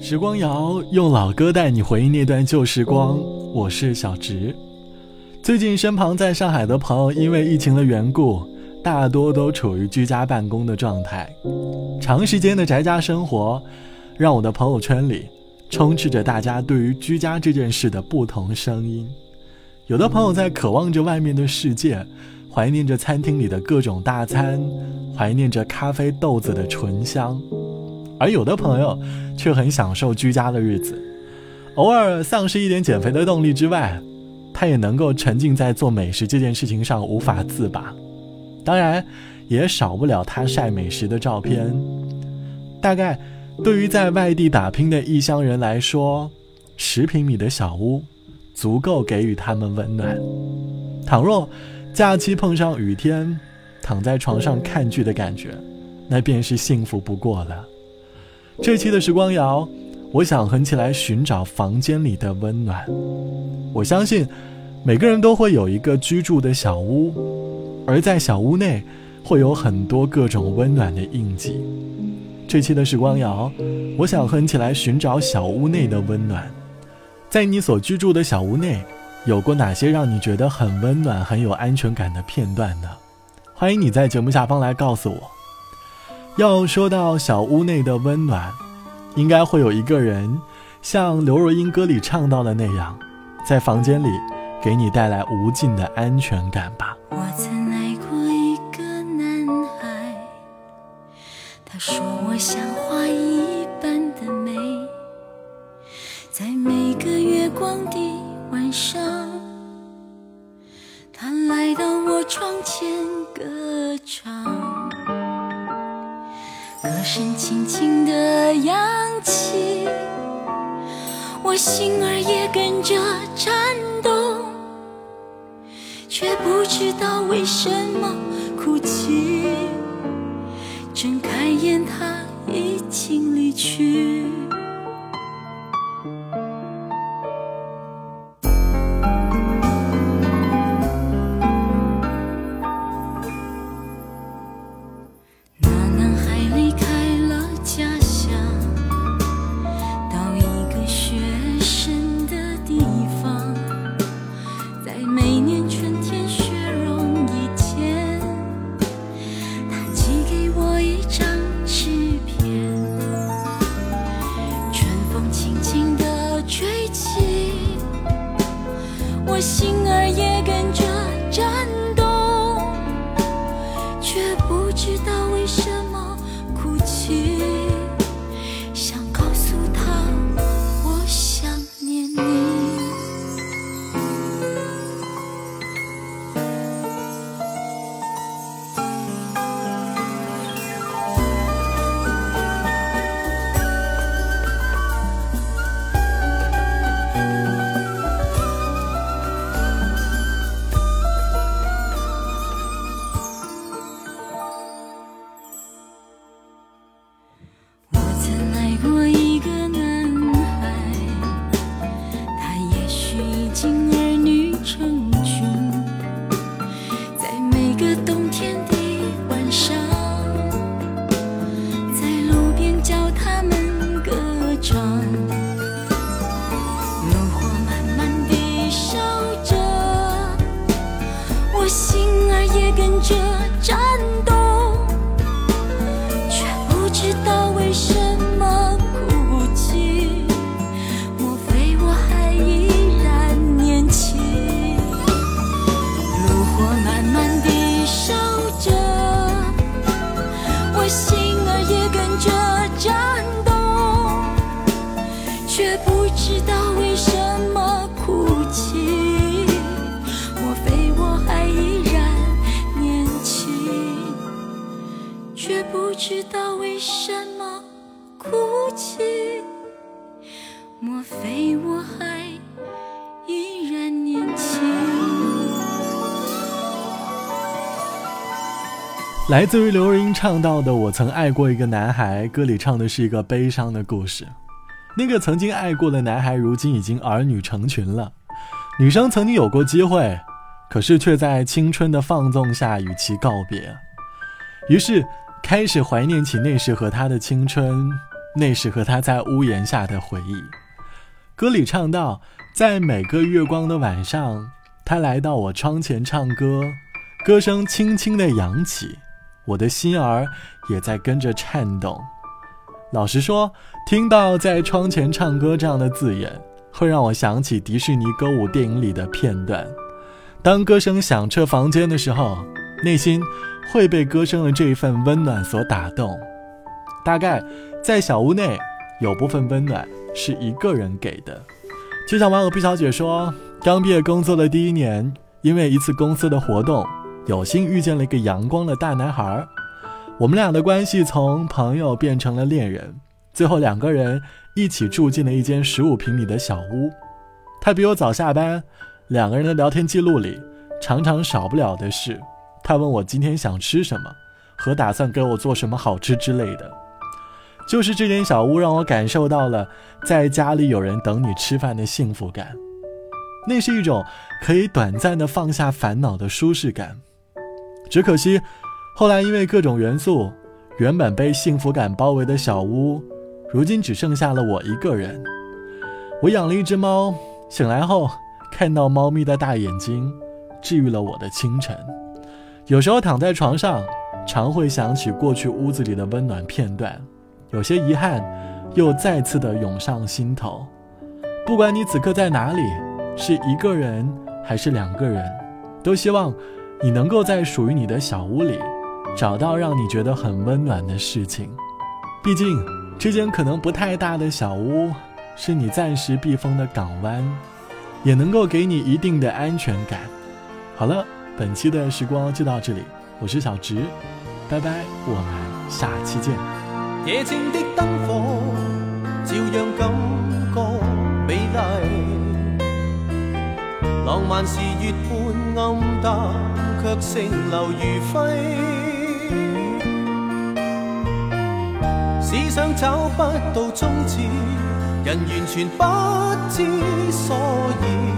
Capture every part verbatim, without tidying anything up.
时光谣用老歌带你回忆那段旧时光，我是小直。最近身旁在上海的朋友因为疫情的缘故，大多都处于居家办公的状态。长时间的宅家生活让我的朋友圈里充斥着大家对于居家这件事的不同声音。有的朋友在渴望着外面的世界，怀念着餐厅里的各种大餐，怀念着咖啡豆子的醇香。而有的朋友却很享受居家的日子，偶尔丧失一点减肥的动力之外，他也能够沉浸在做美食这件事情上无法自拔。当然也少不了他晒美食的照片。大概对于在外地打拼的异乡人来说，十平米的小屋足够给予他们温暖。倘若假期碰上雨天，躺在床上看剧的感觉，那便是幸福不过了。这期的时光谣，我想哼起来寻找房间里的温暖。我相信每个人都会有一个居住的小屋，而在小屋内会有很多各种温暖的印记。这期的时光谣，我想哼起来寻找小屋内的温暖。在你所居住的小屋内，有过哪些让你觉得很温暖很有安全感的片段呢？欢迎你在节目下方来告诉我。要说到小屋内的温暖，应该会有一个人像刘若英歌里唱到的那样，在房间里给你带来无尽的安全感吧。 我曾爱过一个男孩，他说我像花一般的美，在每个月光的晚上，他来到我窗前歌唱，歌声轻轻地扬起，我心儿也跟着颤动，却不知道为什么哭泣，睁开眼他已经离去。我心儿也跟着颤动，却不知道为什么哭泣，想告诉他我想念你。心儿也跟着颤动，却不知道为什么哭泣，莫非我还依然年轻。炉火慢慢地烧着，我心儿也跟着颤动，却不知道为什么哭泣，莫非我还依然年轻，却不知道为什么哭泣，莫非我还依然年轻。 来自于刘若英唱到的我曾爱过一个男孩，歌里唱的是一个悲伤的故事。那个曾经爱过的男孩如今已经儿女成群了，女生曾经有过机会，可是却在青春的放纵下与其告别，于是开始怀念起那时和他的青春， 那时和他在屋檐下的回忆。歌里唱到，在每个月光的晚上，他来到我窗前唱歌，歌声轻轻地扬起，我的心儿也在跟着颤动。老实说，听到在窗前唱歌这样的字眼，会让我想起迪士尼歌舞电影里的片段。当歌声响彻房间的时候，内心会被歌声的这一份温暖所打动。大概在小屋内，有部分温暖是一个人给的。就像网友毕小姐说，刚毕业工作的第一年，因为一次公司的活动，有幸遇见了一个阳光的大男孩。我们俩的关系从朋友变成了恋人，最后两个人一起住进了一间十五平米的小屋。他比我早下班，两个人的聊天记录里常常少不了的是，他问我今天想吃什么，和打算给我做什么好吃之类的。就是这间小屋让我感受到了在家里有人等你吃饭的幸福感，那是一种可以短暂的放下烦恼的舒适感。只可惜后来因为各种元素，原本被幸福感包围的小屋，如今只剩下了我一个人。我养了一只猫，醒来后看到猫咪的大眼睛，治愈了我的清晨。有时候躺在床上，常会想起过去屋子里的温暖片段，有些遗憾又再次的涌上心头。不管你此刻在哪里，是一个人还是两个人，都希望你能够在属于你的小屋里找到让你觉得很温暖的事情。毕竟这间可能不太大的小屋，是你暂时避风的港湾，也能够给你一定的安全感。好了，本期的时光就到这里，我是小直，拜拜，我们下期见。 夜靜的燈火照樣感覺美麗，浪漫是月半暗淡，卻盛流如輝。思想找不到終止，人完全不知所以，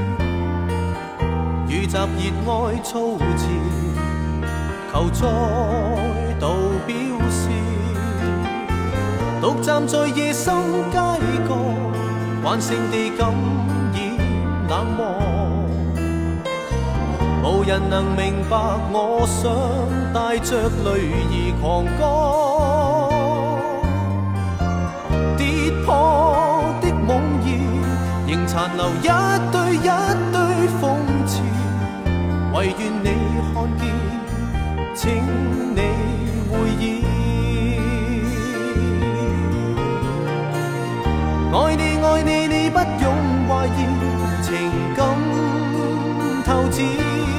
遇襲熱愛措辭，求再度表示。獨站在夜深街角，慣性地感染冷漠，無人能明白我想帶着淚兒狂歌。跌破的夢兒，仍殘留一堆一堆諷刺，唯願你看見，請你會意。愛你愛你，你不用懷疑，情感透支。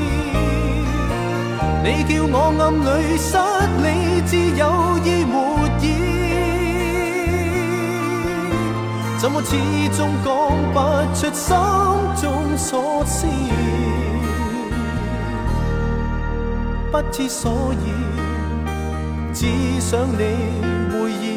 你叫我暗裏失理智，有意沒意，怎麼始終講不出心中所思？不知所以，只想你會意。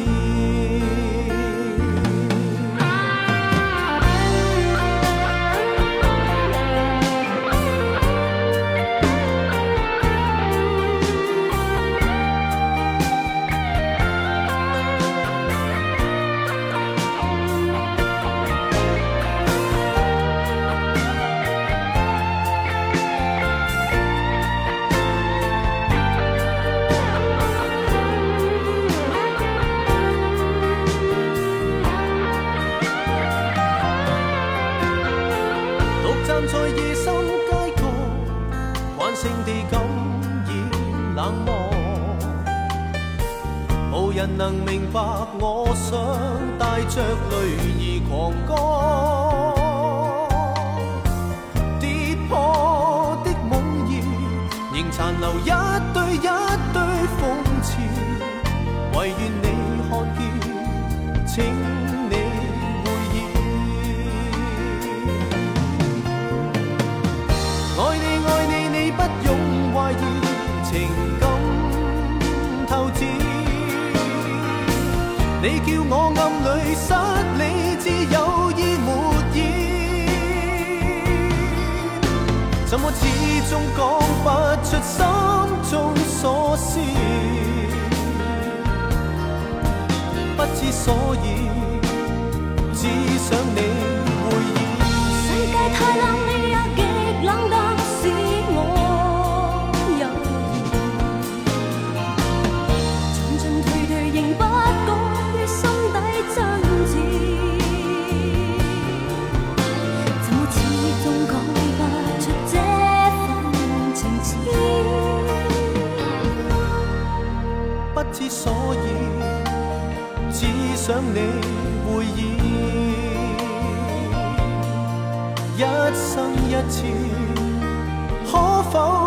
站在夜深街角，慣性地感染冷漠，無人能明白我想帶着淚兒狂歌。跌破的夢兒，仍殘留一堆一堆諷刺，唯願你看見，請你情感透支，你叫我暗裏失理智，有意沒意，怎麼始終講不出心中所思？不知所以，只想你會意。 世界太冷，你也極冷得使我猶豫，進進退退仍不講於心底真摯，怎麼始終講不出這份情痴？ 不知所以，只想你會意。一生一次，可否